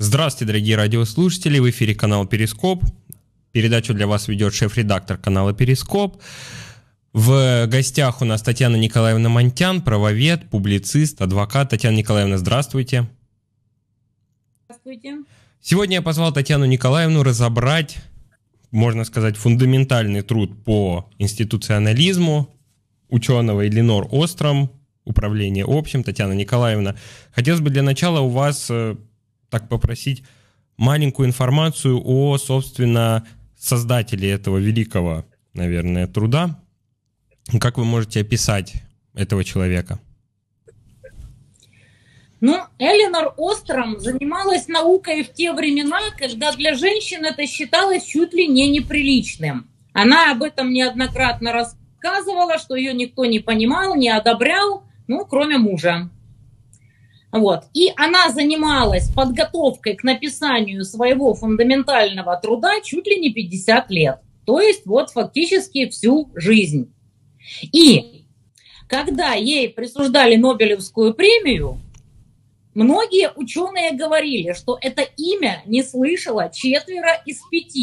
Здравствуйте, дорогие радиослушатели, в эфире канал Перископ. Передачу для вас ведет шеф-редактор канала Перископ. В гостях у нас Татьяна Николаевна Монтян, правовед, публицист, адвокат. Татьяна Николаевна, здравствуйте. Здравствуйте. Сегодня я позвал Татьяну Николаевну разобрать, можно сказать, фундаментальный труд по институционализму ученого Эленор Остром, управление общим. Татьяна Николаевна, хотелось бы для начала у вас так попросить маленькую информацию о, собственно, создателе этого великого, наверное, труда. Как вы можете описать этого человека? Эленор Остром занималась наукой в те времена, когда для женщин это считалось чуть ли не неприличным. Она об этом неоднократно рассказывала, что ее никто не понимал, не одобрял, кроме мужа. И она занималась подготовкой к написанию своего фундаментального труда чуть ли не 50 лет. То есть фактически всю жизнь. И когда ей присуждали Нобелевскую премию, многие ученые говорили, что это имя не слышало 4 из 5.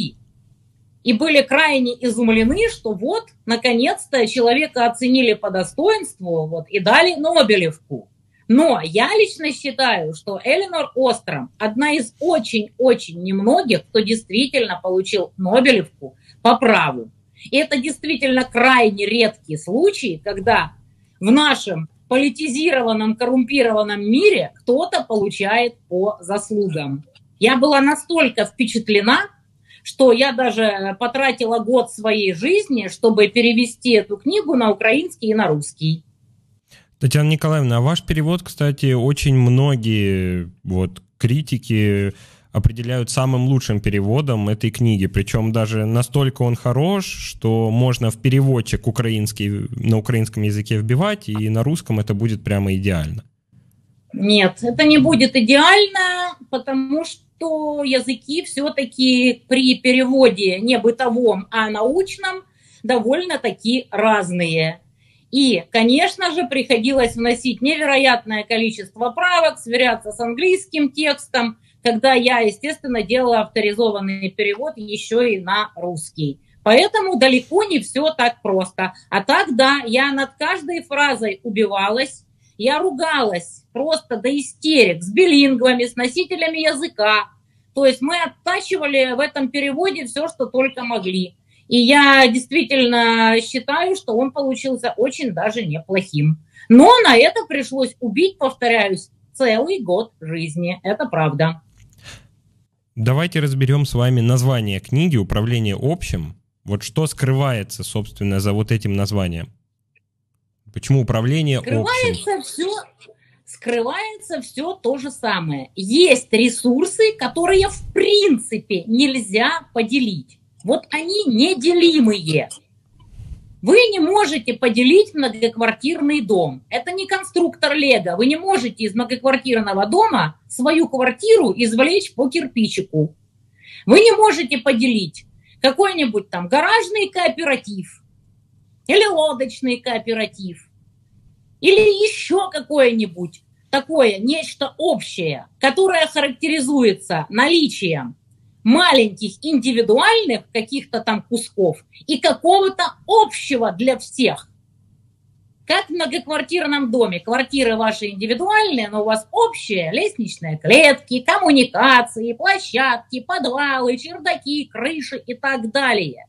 И были крайне изумлены, что наконец-то человека оценили по достоинству и дали Нобелевку. Но я лично считаю, что Эленор Остром одна из очень-очень немногих, кто действительно получил Нобелевку по праву. И это действительно крайне редкий случай, когда в нашем политизированном, коррумпированном мире кто-то получает по заслугам. Я была настолько впечатлена, что я даже потратила год своей жизни, чтобы перевести эту книгу на украинский и на русский. Татьяна Николаевна, а ваш перевод, кстати, очень многие критики определяют самым лучшим переводом этой книги. Причем даже настолько он хорош, что можно в переводчик украинский на украинском языке вбивать, и на русском это будет прямо идеально. Нет, это не будет идеально, потому что языки все-таки при переводе не бытовом, а научном довольно-таки разные. И, конечно же, приходилось вносить невероятное количество правок, сверяться с английским текстом, когда я, естественно, делала авторизованный перевод еще и на русский. Поэтому далеко не все так просто. А так, да, я над каждой фразой убивалась, я ругалась просто до истерик с билингвами, с носителями языка. То есть мы оттачивали в этом переводе все, что только могли. И я действительно считаю, что он получился очень даже неплохим. Но на это пришлось убить, повторяюсь, целый год жизни. Это правда. Давайте разберем с вами название книги «Управление общим». Что скрывается, собственно, за этим названием? Почему управление общим? Скрывается все то же самое. Есть ресурсы, которые в принципе нельзя поделить. Они неделимые. Вы не можете поделить многоквартирный дом. Это не конструктор Лего. Вы не можете из многоквартирного дома свою квартиру извлечь по кирпичику. Вы не можете поделить какой-нибудь гаражный кооператив или лодочный кооператив или еще какое-нибудь такое нечто общее, которое характеризуется наличием маленьких индивидуальных каких-то кусков и какого-то общего для всех. Как в многоквартирном доме. Квартиры ваши индивидуальные, но у вас общие лестничные клетки, коммуникации, площадки, подвалы, чердаки, крыши и так далее.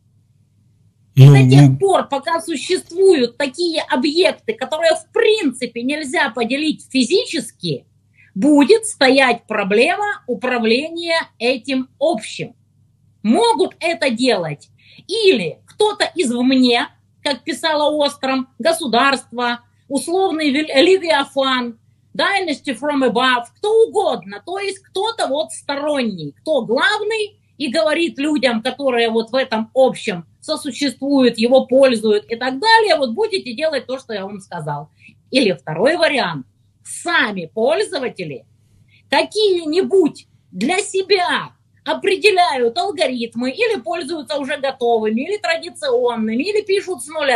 И до тех пор, пока существуют такие объекты, которые в принципе нельзя поделить физически, будет стоять проблема управления этим общим. Могут это делать или кто-то извне, как писала Остром, государство, условный Левиафан, Dynasty from above, кто угодно, то есть кто-то сторонний, кто главный и говорит людям, которые в этом общем сосуществуют, его пользуют и так далее, будете делать то, что я вам сказал. Или второй вариант. Сами пользователи какие-нибудь для себя определяют алгоритмы или пользуются уже готовыми, или традиционными, или пишут с нуля,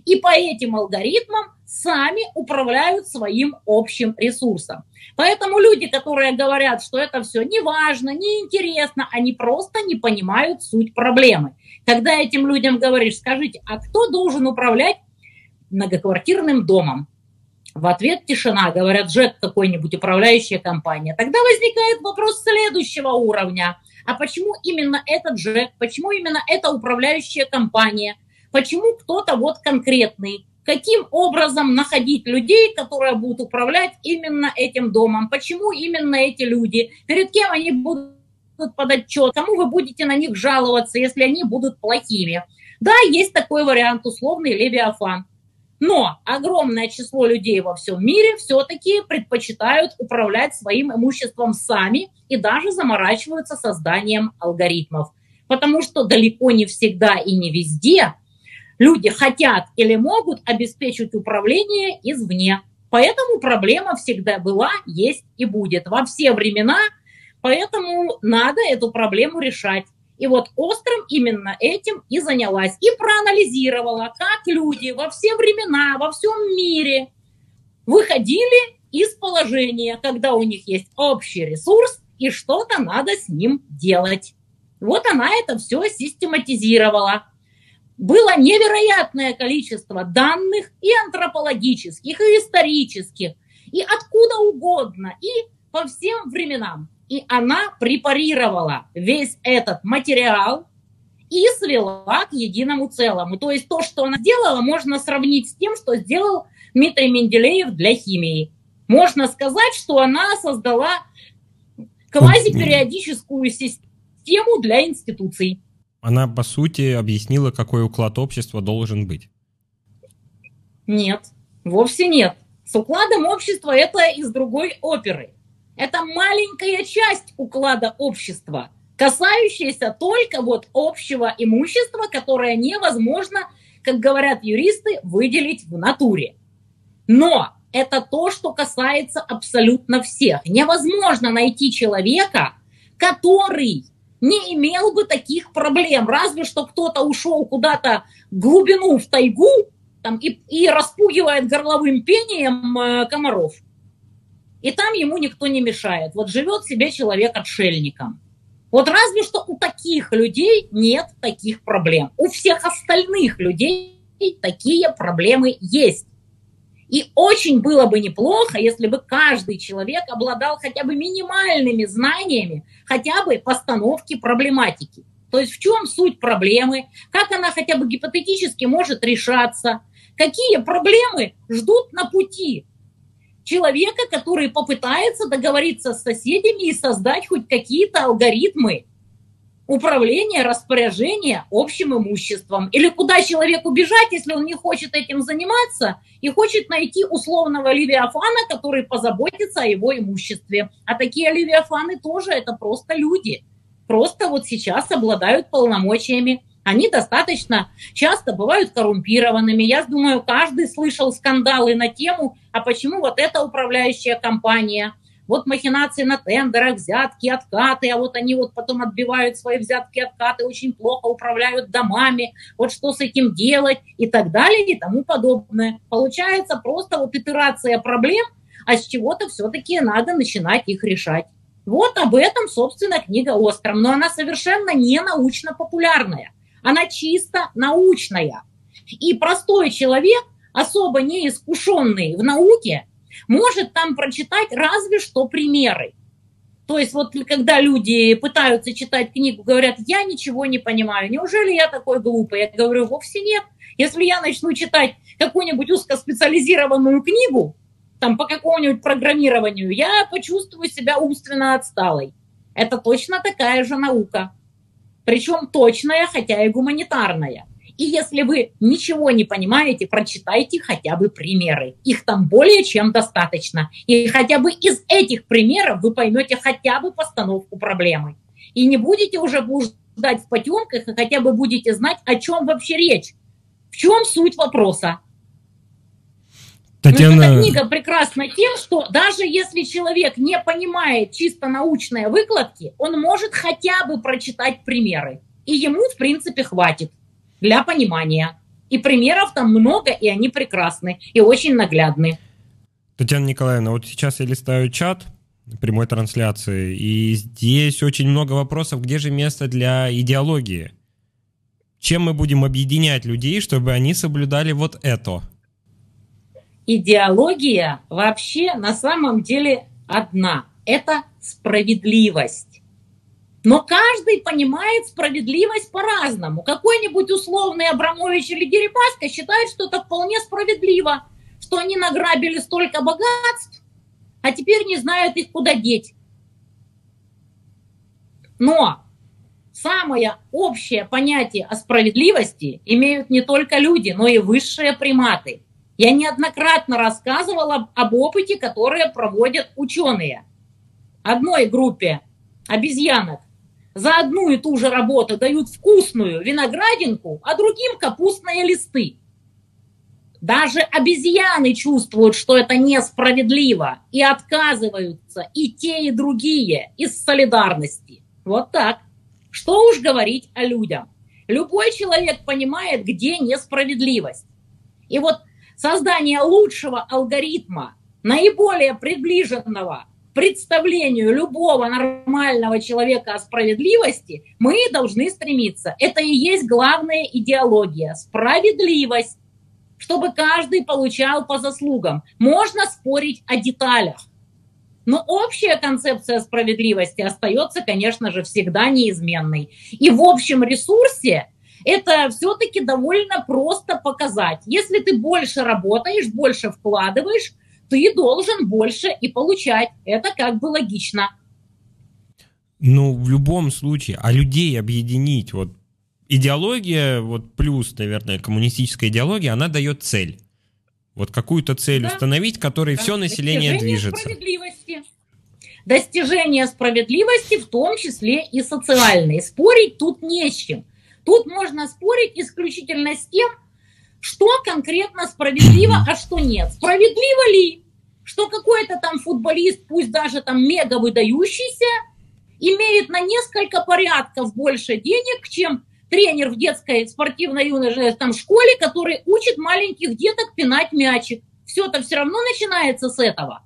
И по этим алгоритмам сами управляют своим общим ресурсом. Поэтому люди, которые говорят, что это все не важно, не интересно, они просто не понимают суть проблемы. Когда этим людям говоришь, скажите, а кто должен управлять многоквартирным домом? В ответ тишина, говорят, ЖЭК какой-нибудь, управляющая компания. Тогда возникает вопрос следующего уровня. А почему именно этот ЖЭК, почему именно эта управляющая компания, почему кто-то вот конкретный? Каким образом находить людей, которые будут управлять именно этим домом? Почему именно эти люди? Перед кем они будут под отчет? Кому вы будете на них жаловаться, если они будут плохими? Да, есть такой вариант, условный Левиафан. Но огромное число людей во всем мире все-таки предпочитают управлять своим имуществом сами и даже заморачиваются созданием алгоритмов. Потому что далеко не всегда и не везде люди хотят или могут обеспечить управление извне. Поэтому проблема всегда была, есть и будет во все времена. Поэтому надо эту проблему решать. И вот Остром именно этим и занялась. И проанализировала, как люди во все времена, во всем мире выходили из положения, когда у них есть общий ресурс и что-то надо с ним делать. Вот она это все систематизировала. Было невероятное количество данных и антропологических, и исторических, и откуда угодно, и по всем временам. И она препарировала весь этот материал и свела к единому целому. То есть то, что она сделала, можно сравнить с тем, что сделал Дмитрий Менделеев для химии. Можно сказать, что она создала квазипериодическую систему для институций. Она, по сути, объяснила, какой уклад общества должен быть. Нет, вовсе нет. С укладом общества это из другой оперы. Это маленькая часть уклада общества, касающаяся только вот общего имущества, которое невозможно, как говорят юристы, выделить в натуре. Но это то, что касается абсолютно всех. Невозможно найти человека, который не имел бы таких проблем. Разве что кто-то ушел куда-то в глубину, в тайгу там, и распугивает горловым пением комаров. И там ему никто не мешает. Вот живет себе человек отшельником. Вот разве что у таких людей нет таких проблем. У всех остальных людей такие проблемы есть. И очень было бы неплохо, если бы каждый человек обладал хотя бы минимальными знаниями, хотя бы постановки проблематики. То есть в чем суть проблемы, как она хотя бы гипотетически может решаться, какие проблемы ждут на пути человека, который попытается договориться с соседями и создать хоть какие-то алгоритмы управления, распоряжения общим имуществом. Или куда человеку бежать, если он не хочет этим заниматься и хочет найти условного Левиафана, который позаботится о его имуществе. А такие Левиафаны тоже это просто люди. Просто вот сейчас обладают полномочиями. Они достаточно часто бывают коррумпированными. Я думаю, каждый слышал скандалы на тему, а почему вот эта управляющая компания, вот махинации на тендерах, взятки, откаты, а вот они вот потом отбивают свои взятки, откаты, очень плохо управляют домами, вот что с этим делать и так далее и тому подобное. Получается просто вот итерация проблем, а с чего-то все-таки надо начинать их решать. Вот об этом, собственно, книга «Остром», но она совершенно не научно-популярная. Она чисто научная. И простой человек, особо не искушенный в науке, может там прочитать разве что примеры. То есть вот когда люди пытаются читать книгу, говорят, я ничего не понимаю, неужели я такой глупый? Я говорю, вовсе нет. Если я начну читать какую-нибудь узкоспециализированную книгу, там по какому-нибудь программированию, я почувствую себя умственно отсталой. Это точно такая же наука. Причем точная, хотя и гуманитарная. И если вы ничего не понимаете, прочитайте хотя бы примеры. Их там более чем достаточно. И хотя бы из этих примеров вы поймете хотя бы постановку проблемы. И не будете уже блуждать в потемках, и хотя бы будете знать, о чем вообще речь. В чем суть вопроса. Татьяна... Эта книга прекрасна тем, что даже если человек не понимает чисто научные выкладки, он может хотя бы прочитать примеры. И ему, в принципе, хватит для понимания. И примеров там много, и они прекрасны, и очень наглядны. Татьяна Николаевна, вот сейчас я листаю чат прямой трансляции, и здесь очень много вопросов, где же место для идеологии? Чем мы будем объединять людей, чтобы они соблюдали вот это? Идеология вообще на самом деле одна. Это справедливость. Но каждый понимает справедливость по-разному. Какой-нибудь условный Абрамович или Дерипаска считает, что это вполне справедливо, что они награбили столько богатств, а теперь не знают их куда деть. Но самое общее понятие о справедливости имеют не только люди, но и высшие приматы. Я неоднократно рассказывала об опыте, который проводят ученые. Одной группе обезьянок за одну и ту же работу дают вкусную виноградинку, а другим капустные листы. Даже обезьяны чувствуют, что это несправедливо, и отказываются и те, и другие из солидарности. Вот так. Что уж говорить о людях. Любой человек понимает, где несправедливость. И вот создание лучшего алгоритма, наиболее приближенного к представлению любого нормального человека о справедливости, мы должны стремиться. Это и есть главная идеология – справедливость. Чтобы каждый получал по заслугам. Можно спорить о деталях. Но общая концепция справедливости остается, конечно же, всегда неизменной. И в общем ресурсе это все-таки довольно просто показать. Если ты больше работаешь, больше вкладываешь, ты должен больше и получать. Это как бы логично. Ну, в любом случае, а людей объединить, вот идеология, вот плюс, наверное, коммунистическая идеология, она дает цель. Вот какую-то цель установить, которой все население движется. Достижение справедливости, в том числе и социальной. Спорить тут не с чем. Тут можно спорить исключительно с тем, что конкретно справедливо, а что нет. Справедливо ли, что какой-то там футболист, пусть даже там мега выдающийся, имеет на несколько порядков больше денег, чем тренер в детской спортивно-юношеской там школе, который учит маленьких деток пинать мячик. Все-то все равно начинается с этого.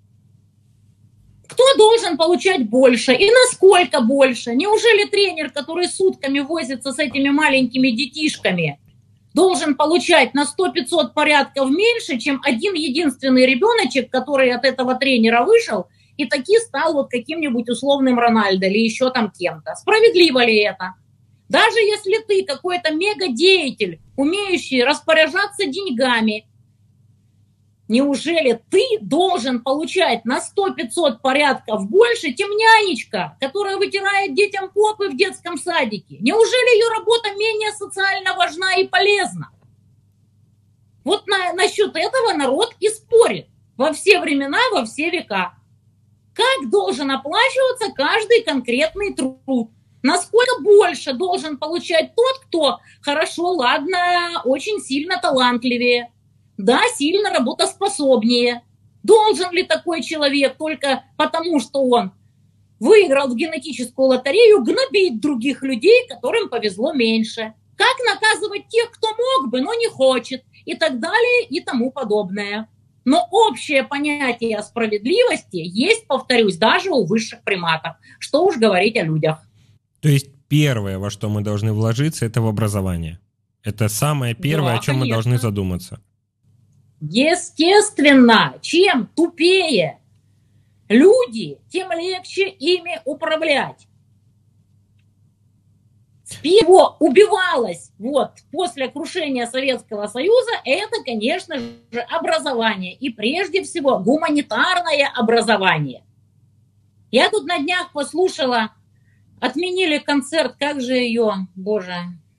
Кто должен получать больше и насколько больше? Неужели тренер, который сутками возится с этими маленькими детишками, должен получать на 100-500 порядков меньше, чем один единственный ребеночек, который от этого тренера вышел и таки стал вот каким-нибудь условным Рональдо или еще там кем-то? Справедливо ли это? Даже если ты какой-то мегадеятель, умеющий распоряжаться деньгами, неужели ты должен получать на 100-500 порядков больше, чем нянечка, которая вытирает детям попы в детском садике? Неужели ее работа менее социально важна и полезна? Вот насчет этого народ и спорит во все времена, во все века. Как должен оплачиваться каждый конкретный труд? Насколько больше должен получать тот, кто хорошо, ладно, очень сильно талантливее, да, сильно работоспособнее. Должен ли такой человек только потому, что он выиграл в генетическую лотерею, гнобить других людей, которым повезло меньше? Как наказывать тех, кто мог бы, но не хочет? И так далее, и тому подобное. Но общее понятие о справедливости есть, повторюсь, даже у высших приматов. Что уж говорить о людях. То есть первое, во что мы должны вложиться, это в образование. Это самое первое, да, о чем мы должны задуматься. Естественно, чем тупее люди, тем легче ими управлять. Чего убивалось вот после крушения Советского Союза, это, конечно же, образование. И прежде всего гуманитарное образование. Я тут на днях послушала, отменили концерт, как же ее, боже,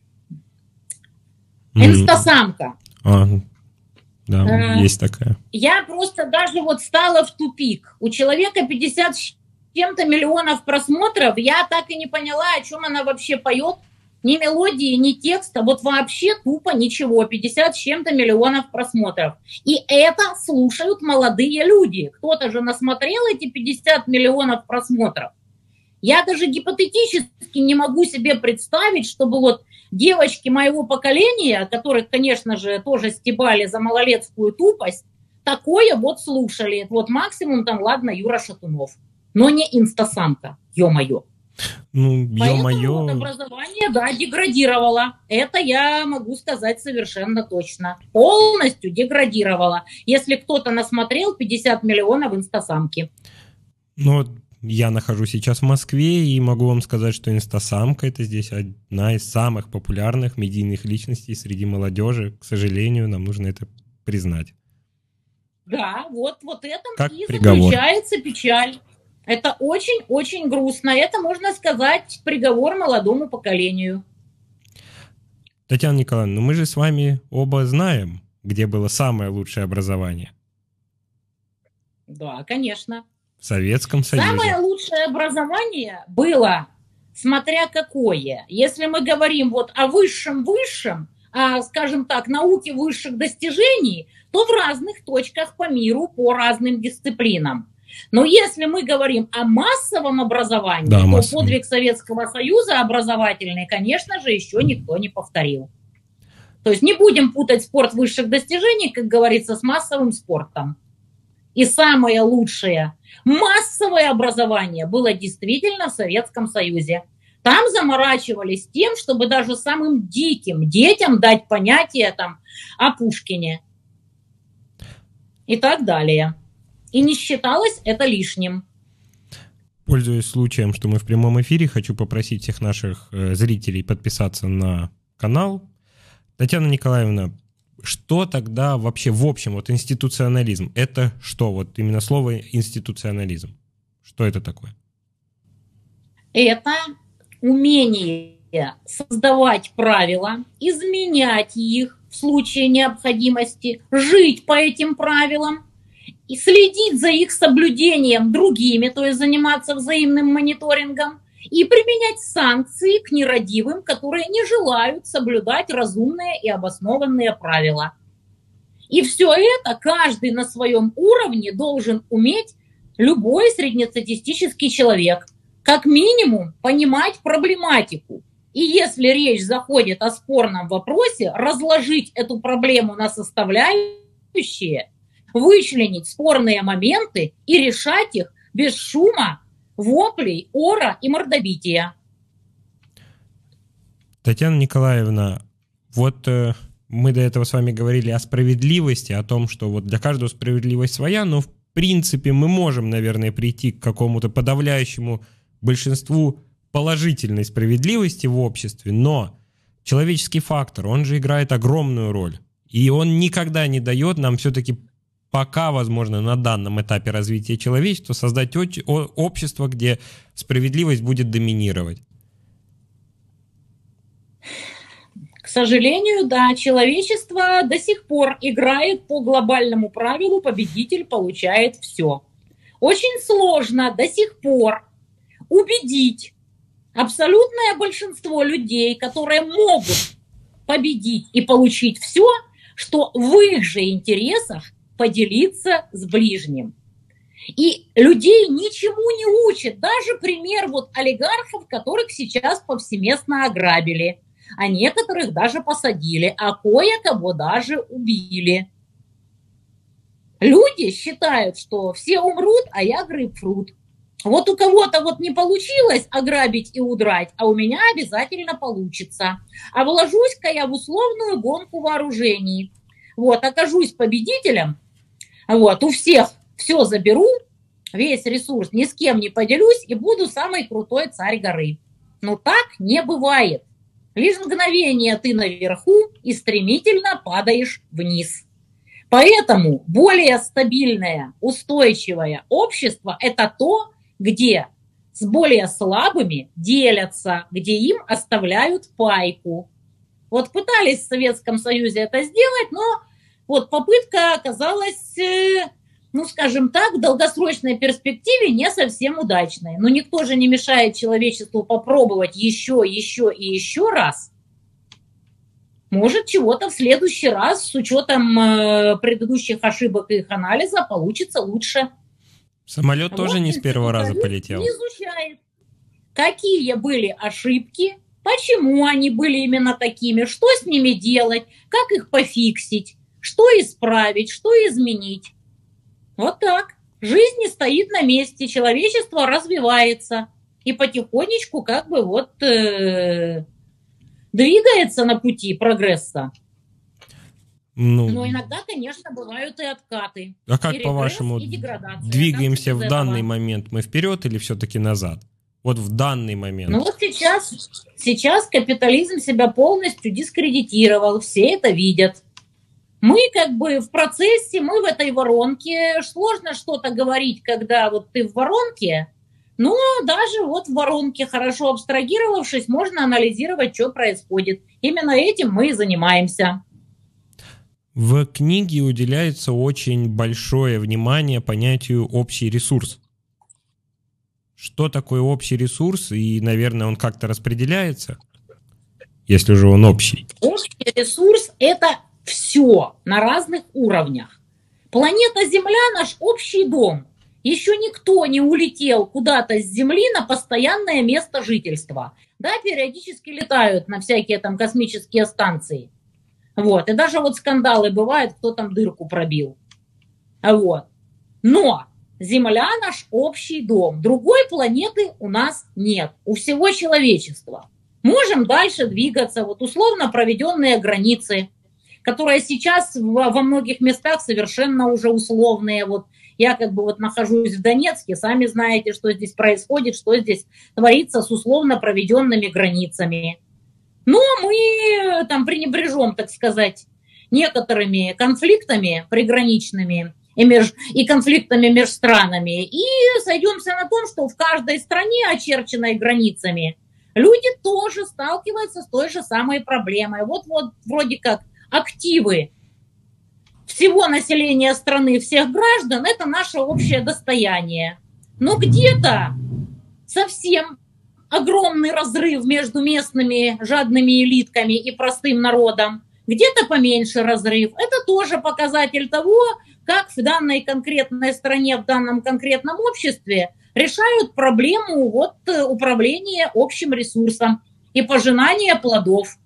Инстасамка. Да, есть такая. Я просто даже вот стала в тупик. У человека 50 с чем-то миллионов просмотров, я так и не поняла, о чем она вообще поет. Ни мелодии, ни текста, вот вообще тупо ничего. 50 с чем-то миллионов просмотров. И это слушают молодые люди. Кто-то же насмотрел эти 50 миллионов просмотров. Я даже гипотетически не могу себе представить, чтобы вот девочки моего поколения, которых, конечно же, тоже стебали за малолетскую тупость, такое вот слушали. Вот максимум там, ладно, Юра Шатунов, но не инстасамка, ё-моё. Ну, Поэтому вот образование, да, деградировало. Это я могу сказать совершенно точно. Полностью деградировало. Если кто-то насмотрел 50 миллионов инстасамки. Ну, вот я нахожусь сейчас в Москве и могу вам сказать, что инстасамка — это здесь одна из самых популярных медийных личностей среди молодежи. К сожалению, нам нужно это признать. Да, вот этом как и приговор. Заключается печаль. Это очень-очень грустно. Это, можно сказать, приговор молодому поколению. Татьяна Николаевна, ну мы же с вами оба знаем, где было самое лучшее образование. Да, конечно. В Советском Союзе. Самое лучшее образование было, смотря какое. Если мы говорим вот о высшем, скажем так, науке высших достижений, то в разных точках по миру по разным дисциплинам. Но если мы говорим о массовом образовании, да, то подвиг Советского Союза образовательный, конечно же, еще никто не повторил. То есть не будем путать спорт высших достижений, как говорится, с массовым спортом. И самое лучшее массовое образование было действительно в Советском Союзе. Там заморачивались тем, чтобы даже самым диким детям дать понятие там о Пушкине и так далее. И не считалось это лишним. Пользуясь случаем, что мы в прямом эфире, хочу попросить всех наших зрителей подписаться на канал. Татьяна Николаевна, что тогда вообще в общем, вот институционализм? Это что? Вот именно слово институционализм. Что это такое? Это умение создавать правила, изменять их в случае необходимости, жить по этим правилам, и следить за их соблюдением другими, то есть заниматься взаимным мониторингом, и применять санкции к нерадивым, которые не желают соблюдать разумные и обоснованные правила. И все это каждый на своем уровне должен уметь любой среднестатистический человек. Как минимум понимать проблематику. И если речь заходит о спорном вопросе, разложить эту проблему на составляющие, вычленить спорные моменты и решать их без шума, воплей, ора и мордобития. Татьяна Николаевна, вот мы до этого с вами говорили о справедливости, о том, что вот для каждого справедливость своя, но в принципе мы можем, наверное, прийти к какому-то подавляющему большинству положительной справедливости в обществе, но человеческий фактор, он же играет огромную роль, и он никогда не дает нам все-таки пока, возможно, на данном этапе развития человечества создать общество, где справедливость будет доминировать. К сожалению, да, человечество до сих пор играет по глобальному правилу «победитель получает все». Очень сложно до сих пор убедить абсолютное большинство людей, которые могут победить и получить все, что в их же интересах поделиться с ближним. И людей ничему не учат. Даже пример вот олигархов, которых сейчас повсеместно ограбили. А некоторых даже посадили, а кое-кого даже убили. Люди считают, что все умрут, а я грейпфрут. Вот у кого-то вот не получилось ограбить и удрать, а у меня обязательно получится. А вложусь-ка я в условную гонку вооружений. Вот, окажусь победителем, вот, у всех все заберу, весь ресурс ни с кем не поделюсь и буду самый крутой царь горы. Но так не бывает. Лишь мгновение ты наверху и стремительно падаешь вниз. Поэтому более стабильное, устойчивое общество – это то, где с более слабыми делятся, где им оставляют пайку. Вот пытались в Советском Союзе это сделать, но вот попытка оказалась, ну скажем так, в долгосрочной перспективе не совсем удачной. Но никто же не мешает человечеству попробовать еще и еще раз. Может, чего-то в следующий раз с учетом предыдущих ошибок и их анализа получится лучше. Самолет тоже не с первого раза полетел. Не изучает. какие были ошибки, почему они были именно такими, что с ними делать, как их пофиксить, что исправить, что изменить. Вот так. Жизнь не стоит на месте, человечество развивается и потихонечку как бы вот двигается на пути прогресса. Но иногда, конечно, бывают и откаты. А как, по-вашему, двигаемся в данный момент? Мы вперед или все-таки назад? Вот в данный момент. Ну вот сейчас капитализм себя полностью дискредитировал, все это видят. Мы как бы в процессе, мы в этой воронке. Сложно что-то говорить, когда вот ты в воронке, но даже вот в воронке, хорошо абстрагировавшись, можно анализировать, что происходит. Именно этим мы и занимаемся. В книге уделяется очень большое внимание понятию «общий ресурс». Что такое общий ресурс? И, наверное, он как-то распределяется, если же он общий. Общий ресурс – это все на разных уровнях. Планета Земля – наш общий дом. Еще никто не улетел куда-то с Земли на постоянное место жительства. Да, периодически летают на всякие там космические станции. Вот. И даже вот скандалы бывают, кто там дырку пробил. Вот. Но Земля – наш общий дом. Другой планеты у нас нет. У всего человечества. Можем дальше двигаться. Вот условно проведенные границы, которые сейчас во многих местах совершенно уже условные. Вот я как бы вот нахожусь в Донецке, сами знаете, что здесь происходит, что здесь творится с условно проведенными границами. Но мы там пренебрежем, так сказать, некоторыми конфликтами приграничными и конфликтами между странами. И сойдемся на том, что в каждой стране, очерченной границами, люди тоже сталкиваются с той же самой проблемой. Вот вроде как активы всего населения страны, всех граждан, это наше общее достояние. Но где-то совсем огромный разрыв между местными жадными элитками и простым народом, где-то поменьше разрыв. Это тоже показатель того, как в данной конкретной стране, в данном конкретном обществе решают проблему вот управления общим ресурсом и пожинания плодов.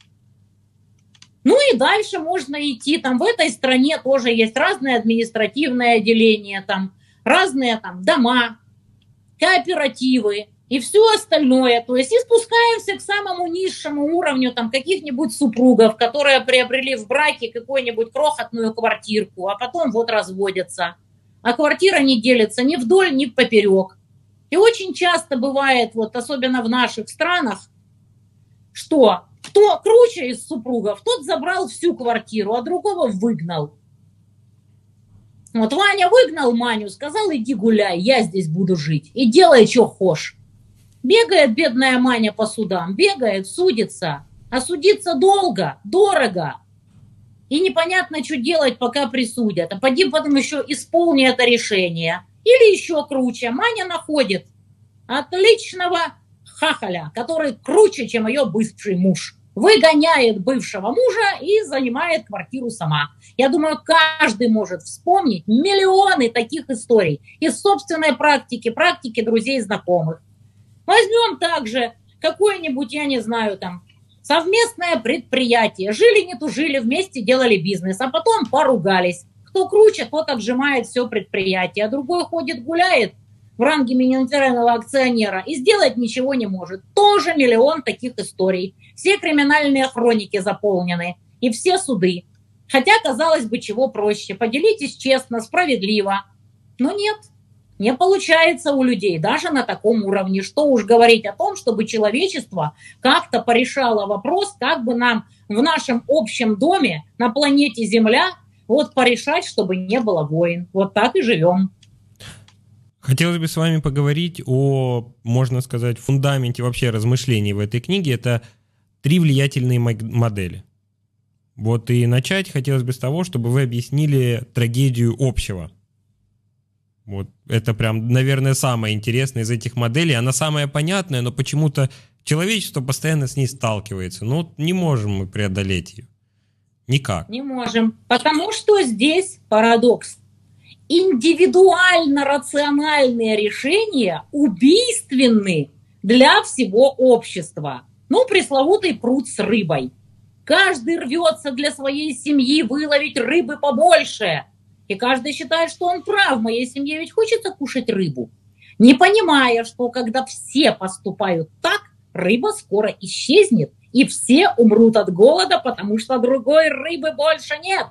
Ну и дальше можно идти. Там в этой стране тоже есть разные административные отделения, там разные там дома, кооперативы и все остальное. То есть и спускаемся к самому низшему уровню там каких-нибудь супругов, которые приобрели в браке какую-нибудь крохотную квартирку, а потом вот разводятся. А квартира не делится ни вдоль, ни поперек. И очень часто бывает, вот особенно в наших странах, что кто круче из супругов, тот забрал всю квартиру, а другого выгнал. Вот Ваня выгнал Маню, сказал: иди гуляй, я здесь буду жить. И делай, что хочешь. Бегает бедная Маня по судам, бегает, судится. А судиться долго, дорого. И непонятно, что делать, пока присудят. А поди потом еще исполни это решение. Или еще круче. Маня находит отличного хахаля, который круче, чем ее бывший муж. Выгоняет бывшего мужа и занимает квартиру сама. Я думаю, каждый может вспомнить миллионы таких историй из собственной практики, практики друзей и знакомых. Возьмем также какое-нибудь, я не знаю, там, совместное предприятие. Жили, не тужили, вместе делали бизнес, а потом поругались. Кто круче, тот отжимает все предприятие, а другой ходит, гуляет в ранге миноритарного акционера и сделать ничего не может. Тоже миллион таких историй. Все криминальные хроники заполнены и все суды. Хотя, казалось бы, чего проще. Поделитесь честно, справедливо. Но нет, не получается у людей даже на таком уровне. Что уж говорить о том, чтобы человечество как-то порешало вопрос, как бы нам в нашем общем доме на планете Земля вот порешать, чтобы не было войн. Вот так и живем. Хотелось бы с вами поговорить о, можно сказать, фундаменте вообще размышлений в этой книге. Это 3 влиятельные модели. Вот и начать хотелось бы с того, чтобы вы объяснили трагедию общего. Вот это прям, наверное, самое интересное из этих моделей. Она самая понятная, но почему-то человечество постоянно с ней сталкивается. Ну, не можем мы преодолеть ее. Никак. Не можем, потому что здесь парадокс. Индивидуально-рациональные решения убийственны для всего общества. Ну, пресловутый пруд с рыбой. Каждый рвется для своей семьи выловить рыбы побольше. И каждый считает, что он прав. Моей семье ведь хочется кушать рыбу. Не понимая, что когда все поступают так, рыба скоро исчезнет, и все умрут от голода, потому что другой рыбы больше нет.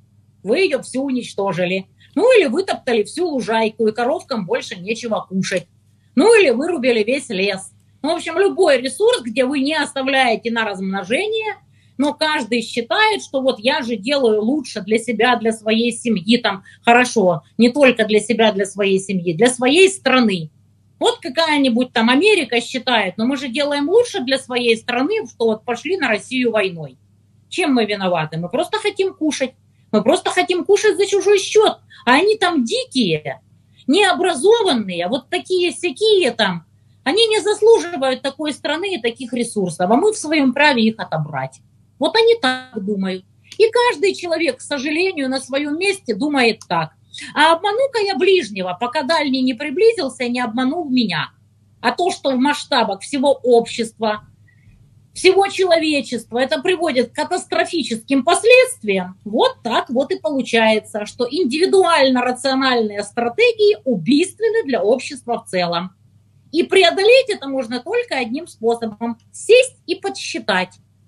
Вы ее всю уничтожили. Ну или вытоптали всю лужайку, и коровкам больше нечего кушать. Ну или вырубили весь лес. Ну, в общем, любой ресурс, где вы не оставляете на размножение, но каждый считает, что вот я же делаю лучше для себя, для своей семьи, там, хорошо, не только для себя, для своей семьи, для своей страны. Вот какая-нибудь там Америка считает, но мы же делаем лучше для своей страны, что вот пошли на Россию войной. Чем мы виноваты? Мы просто хотим кушать. Мы просто хотим кушать за чужой счет. А они там дикие, необразованные, вот такие-сякие там. Они не заслуживают такой страны и таких ресурсов, а мы в своем праве их отобрать. Вот они так думают. И каждый человек, к сожалению, на своем месте думает так. А обману-ка я ближнего, пока дальний не приблизился и не обманул меня. А то, что в масштабах всего общества, всего человечества это приводит к катастрофическим последствиям, вот так вот и получается, что индивидуально-рациональные стратегии убийственны для общества в целом. И преодолеть это можно только одним способом – сесть и подсчитать.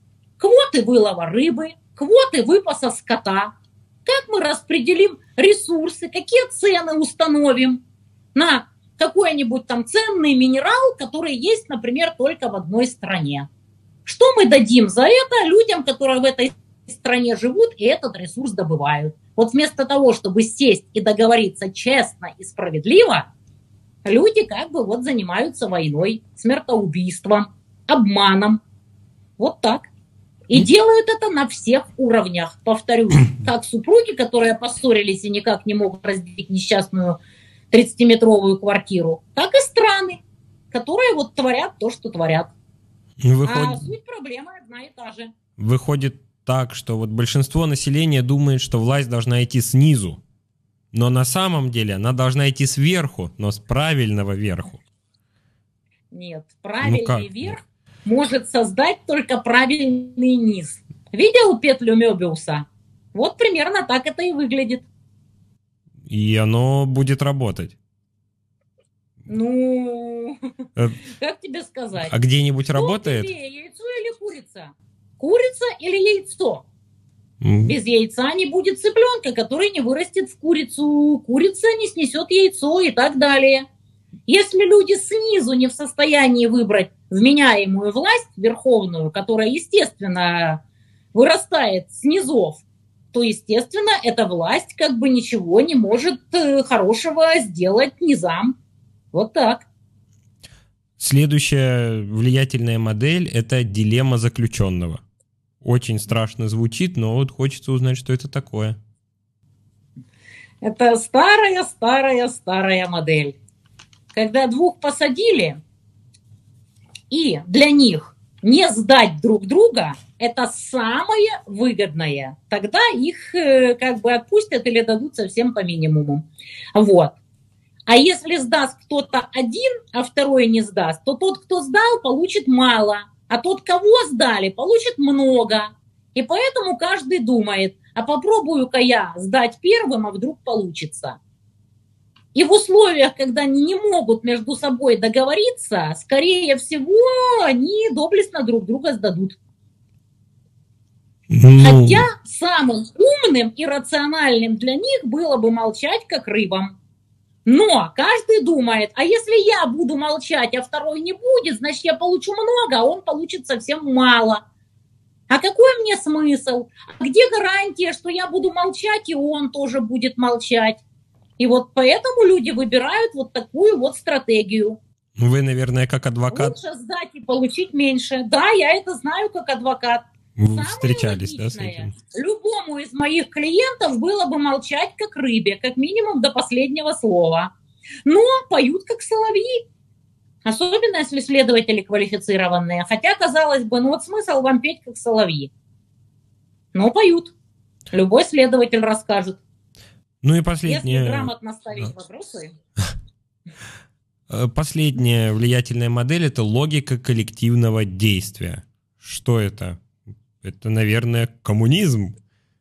Квоты вылова рыбы, квоты выпаса скота. Как мы распределим ресурсы, какие цены установим на какой-нибудь там ценный минерал, который есть, например, только в одной стране. Что мы дадим за это людям, которые в этой стране живут и этот ресурс добывают? Вот вместо того, чтобы сесть и договориться честно и справедливо, люди как бы вот занимаются войной, смертоубийством, обманом. Вот так. И делают это на всех уровнях, повторюсь, как супруги, которые поссорились и никак не могут разделить несчастную 30-метровую квартиру, так и страны, которые вот творят то, что творят. А суть проблемы одна и та же. Выходит так, что вот большинство населения думает, что власть должна идти снизу, но на самом деле она должна идти сверху, но с правильного верху. Нет, правильный верх может создать только правильный низ. Видел петлю Мёбиуса? Вот примерно так это и выглядит. И оно будет работать. Ну, как тебе сказать? А где-нибудь работает? Яйцо или курица? Курица или яйцо? Без яйца не будет цыпленка, который не вырастет в курицу. Курица не снесет яйцо и так далее. Если люди снизу не в состоянии выбрать вменяемую власть верховную, которая, естественно, вырастает с низов, то, естественно, эта власть как бы ничего не может хорошего сделать низам. Вот так. Следующая влиятельная модель – это дилемма заключенного. Очень страшно звучит, но вот хочется узнать, что это такое. Это старая модель. Когда двух посадили, и для них не сдать друг друга – это самое выгодное. Тогда их как бы отпустят или дадут совсем по минимуму. Вот. А если сдаст кто-то один, а второй не сдаст, то тот, кто сдал, получит мало, а тот, кого сдали, получит много. И поэтому каждый думает, а попробую-ка я сдать первым, а вдруг получится. И в условиях, когда они не могут между собой договориться, скорее всего, они доблестно друг друга сдадут. Хотя самым умным и рациональным для них было бы молчать, как рыбам. Но каждый думает, а если я буду молчать, а второй не будет, значит, я получу много, а он получит совсем мало. А какой мне смысл? А где гарантия, что я буду молчать, и он тоже будет молчать? И вот поэтому люди выбирают вот такую вот стратегию. Вы, наверное, как адвокат. Лучше сдать и получить меньше. Да, я это знаю как адвокат. Вы встречались, да, с этим? Любому из моих клиентов было бы молчать как рыбе, как минимум до последнего слова. Но поют как соловьи. Особенно, если следователи квалифицированные. Хотя, казалось бы, ну вот смысл вам петь как соловьи. Но поют. Любой следователь расскажет. Ну и последнее. Если грамотно ставить вопросы. Последняя влиятельная модель — это логика коллективного действия. Что это? Это, наверное, коммунизм.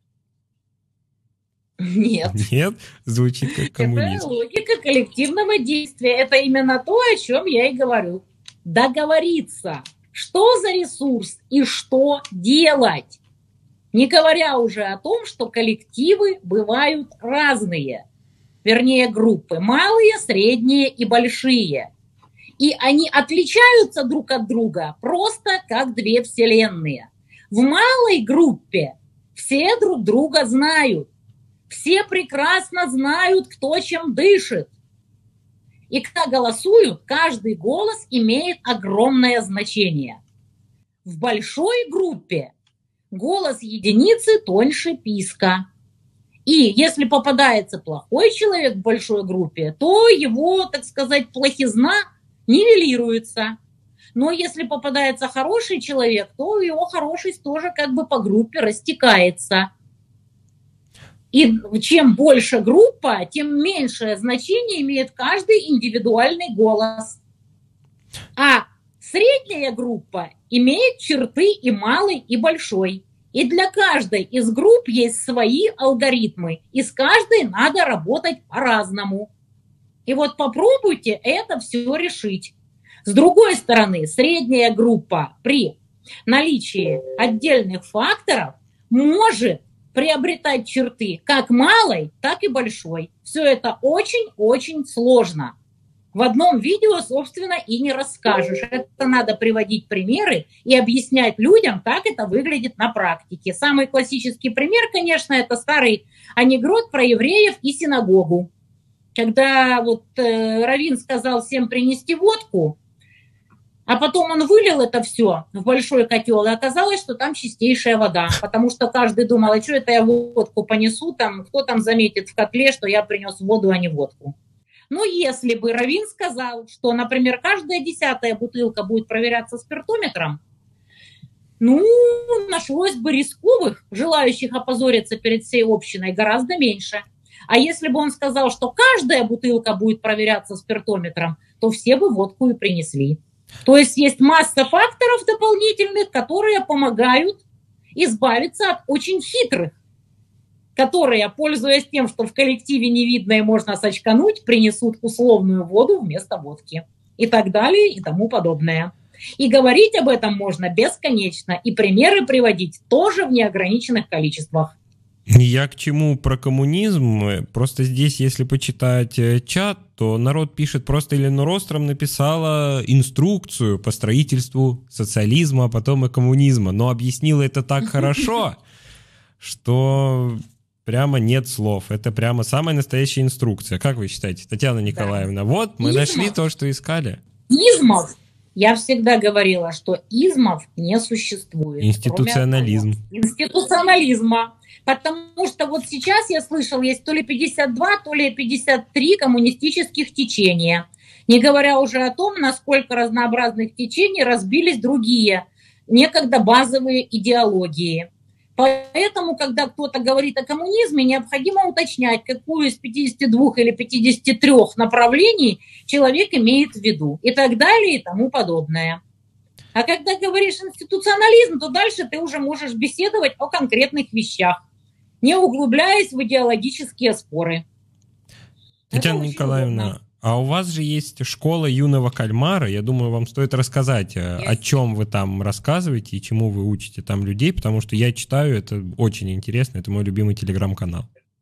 Нет. Нет? Звучит как коммунизм. Это логика коллективного действия. Это именно то, о чем я и говорю. Договориться, что за ресурс и что делать. Не говоря уже о том, что коллективы бывают разные. Вернее, группы малые, средние и большие. И они отличаются друг от друга просто как две вселенные. В малой группе все друг друга знают. Все прекрасно знают, кто чем дышит. И когда голосуют, каждый голос имеет огромное значение. В большой группе голос единицы тоньше писка. И если попадается плохой человек в большой группе, то его, так сказать, плохизна нивелируется. Но если попадается хороший человек, то его хорошесть тоже как бы по группе растекается. И чем больше группа, тем меньшее значение имеет каждый индивидуальный голос. А средняя группа имеет черты и малой, и большой. И для каждой из групп есть свои алгоритмы. И с каждой надо работать по-разному. И вот попробуйте это все решить. С другой стороны, средняя группа при наличии отдельных факторов может приобретать черты как малой, так и большой. Все это очень-очень сложно. В одном видео, собственно, и не расскажешь. Это надо приводить примеры и объяснять людям, как это выглядит на практике. Самый классический пример, конечно, это старый анекдот про евреев и синагогу. Когда вот раввин сказал всем принести водку, а потом он вылил это все в большой котел, и оказалось, что там чистейшая вода, потому что каждый думал, а что это я водку понесу, там, кто там заметит в котле, что я принес воду, а не водку. Но если бы раввин сказал, что, например, каждая 10-я бутылка будет проверяться спиртометром, ну, нашлось бы рисковых, желающих опозориться перед всей общиной, гораздо меньше. А если бы он сказал, что каждая бутылка будет проверяться спиртометром, то все бы водку и принесли. То есть есть масса факторов дополнительных, которые помогают избавиться от очень хитрых, которые, пользуясь тем, что в коллективе не видно и можно сочкануть, принесут условную воду вместо водки. И так далее, и тому подобное. И говорить об этом можно бесконечно, и примеры приводить тоже в неограниченных количествах. Я к чему про коммунизм? Просто здесь, если почитать чат, то народ пишет, просто Эленор Остром написала инструкцию по строительству социализма, а потом и коммунизма. Но объяснила это так хорошо, что прямо нет слов. Это прямо самая настоящая инструкция. Как вы считаете, Татьяна Николаевна? Да. Вот, мы нашли то, что искали. Измов. Я всегда говорила, что измов не существует. Институционализм. Институционализма. Потому что вот сейчас я слышал, есть то ли 52, то ли 53 коммунистических течения. Не говоря уже о том, насколько разнообразных течений разбились другие, некогда базовые идеологии. Поэтому, когда кто-то говорит о коммунизме, необходимо уточнять, какую из 52 или 53 направлений человек имеет в виду. И так далее, и тому подобное. А когда говоришь институционализм, то дальше ты уже можешь беседовать о конкретных вещах, не углубляясь в идеологические споры. Татьяна Николаевна, а у вас же есть школа юного кальмара. Я думаю, вам стоит рассказать, о чем вы там рассказываете и чему вы учите там людей, потому что я читаю, это очень интересно, это мой любимый телеграм-канал.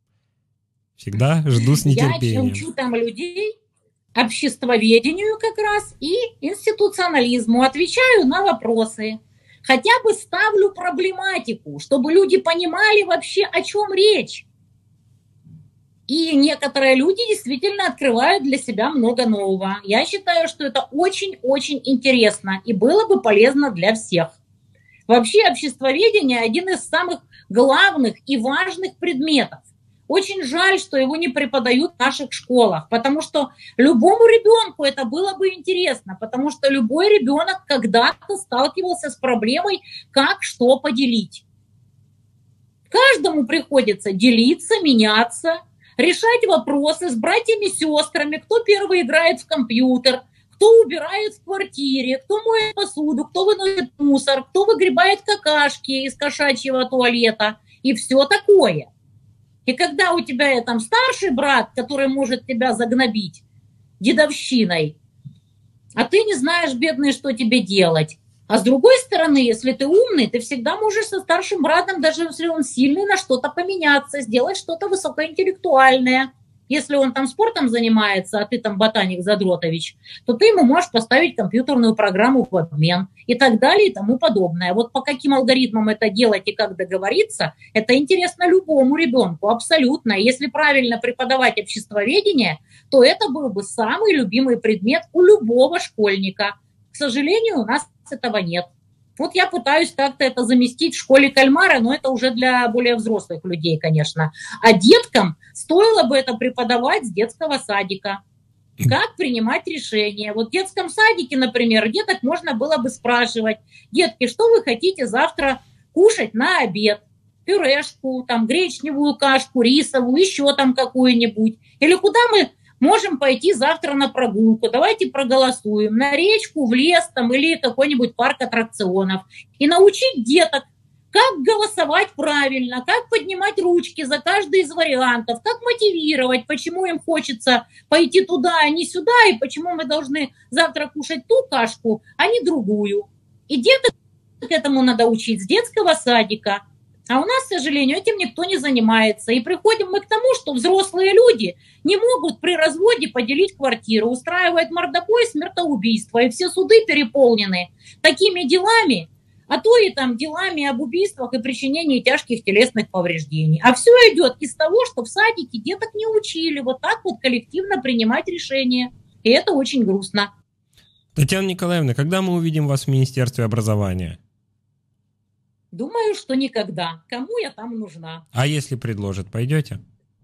Всегда жду с нетерпением. Я учу там людей обществоведению как раз и институционализму, отвечаю на вопросы. Хотя бы ставлю проблематику, чтобы люди понимали вообще, о чем речь. И некоторые люди действительно открывают для себя много нового. Я считаю, что это очень-очень интересно и было бы полезно для всех. Вообще обществоведение – один из самых главных и важных предметов. Очень жаль, что его не преподают в наших школах, потому что любому ребенку это было бы интересно, потому что любой ребенок когда-то сталкивался с проблемой, как что поделить. Каждому приходится делиться, меняться, решать вопросы с братьями-сестрами, кто первый играет в компьютер, кто убирает в квартире, кто моет посуду, кто выносит мусор, кто выгребает какашки из кошачьего туалета и все такое. И когда у тебя там старший брат, который может тебя загнобить дедовщиной, а ты не знаешь, бедный, что тебе делать. А с другой стороны, если ты умный, ты всегда можешь со старшим братом, даже если он сильный, на что-то поменяться, сделать что-то высокоинтеллектуальное. Если он там спортом занимается, а ты там ботаник Задротович, то ты ему можешь поставить компьютерную программу в обмен и так далее и тому подобное. Вот по каким алгоритмам это делать и как договориться, это интересно любому ребенку, абсолютно. Если правильно преподавать обществоведение, то это был бы самый любимый предмет у любого школьника. К сожалению, у нас этого нет. Вот я пытаюсь как-то это заместить в школе кальмара, но это уже для более взрослых людей, конечно. А деткам стоило бы это преподавать с детского садика. Как принимать решения. Вот в детском садике, например, деток можно было бы спрашивать: детки, что вы хотите завтра кушать на обед? Пюрешку, там, гречневую кашку, рисовую, еще там какую-нибудь. Или куда мы можем пойти завтра на прогулку, давайте проголосуем, на речку, в лес там, или какой-нибудь парк аттракционов. И научить деток, как голосовать правильно, как поднимать ручки за каждый из вариантов, как мотивировать, почему им хочется пойти туда, а не сюда, и почему мы должны завтра кушать ту кашку, а не другую. И деток этому надо учить с детского садика. А у нас, к сожалению, этим никто не занимается. И приходим мы к тому, что взрослые люди не могут при разводе поделить квартиру, устраивают мордобой, смертоубийство, и все суды переполнены такими делами, а то и там делами об убийствах и причинении тяжких телесных повреждений. А все идет из того, что в садике деток не учили вот так вот коллективно принимать решения. И это очень грустно. Татьяна Николаевна, когда мы увидим вас в Министерстве образования? Думаю, что никогда. Кому я там нужна? А если предложат, пойдете?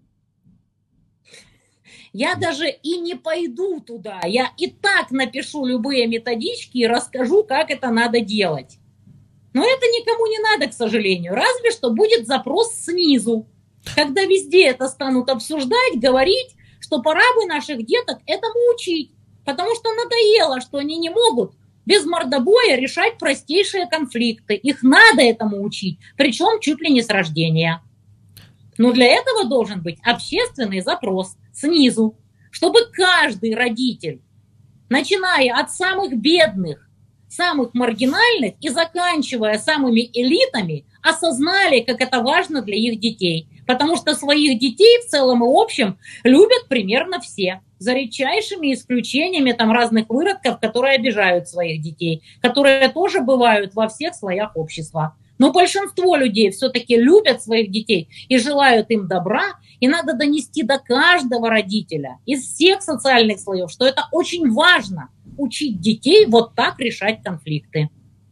Я даже и не пойду туда. Я и так напишу любые методички и расскажу, как это надо делать. Но это никому не надо, к сожалению. Разве что будет запрос снизу. Когда везде это станут обсуждать, говорить, что пора бы наших деток этому учить. Потому что надоело, что они не могут без мордобоя решать простейшие конфликты. Их надо этому учить, причем чуть ли не с рождения. Но для этого должен быть общественный запрос снизу, чтобы каждый родитель, начиная от самых бедных, самых маргинальных и заканчивая самыми элитами, осознали, как это важно для их детей. Потому что своих детей в целом и общем любят примерно все. За редчайшими исключениями там разных выродков, которые обижают своих детей, которые тоже бывают во всех слоях общества. Но большинство людей все-таки любят своих детей и желают им добра, и надо донести до каждого родителя из всех социальных слоев, что это очень важно — учить детей вот так решать конфликты.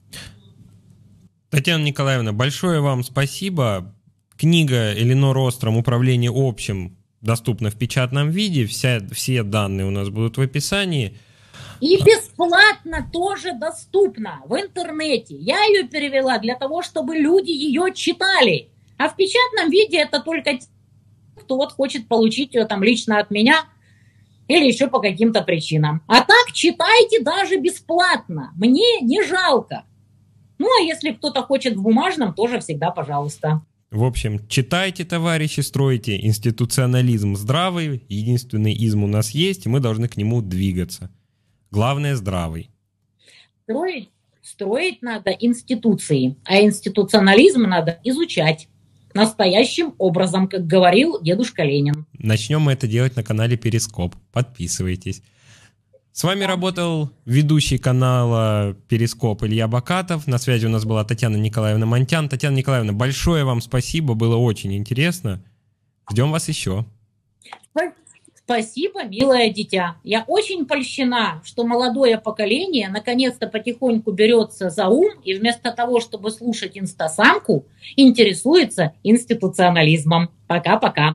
Татьяна Николаевна, большое вам спасибо. Книга Эленор Остром «Управление общим» доступна в печатном виде. Все данные у нас будут в описании. И бесплатно тоже доступна в интернете. Я ее перевела для того, чтобы люди ее читали. А в печатном виде это только те, кто вот хочет получить ее там лично от меня или еще по каким-то причинам. А так читайте даже бесплатно. Мне не жалко. Ну, а если кто-то хочет в бумажном, тоже всегда пожалуйста. В общем, читайте, товарищи, стройте институционализм здравый. Единственный изм у нас есть, и мы должны к нему двигаться. Главное, здравый. Строить надо институции, а институционализм надо изучать настоящим образом, как говорил дедушка Ленин. Начнем мы это делать на канале Перископ. Подписывайтесь. С вами работал ведущий канала Перископ Илья Бакатов. На связи у нас была Татьяна Николаевна Монтян. Татьяна Николаевна, большое вам спасибо, было очень интересно. Ждем вас еще. Спасибо, милое дитя. Я очень польщена, что молодое поколение наконец-то потихоньку берется за ум и вместо того, чтобы слушать инстасамку, интересуется институционализмом. Пока-пока.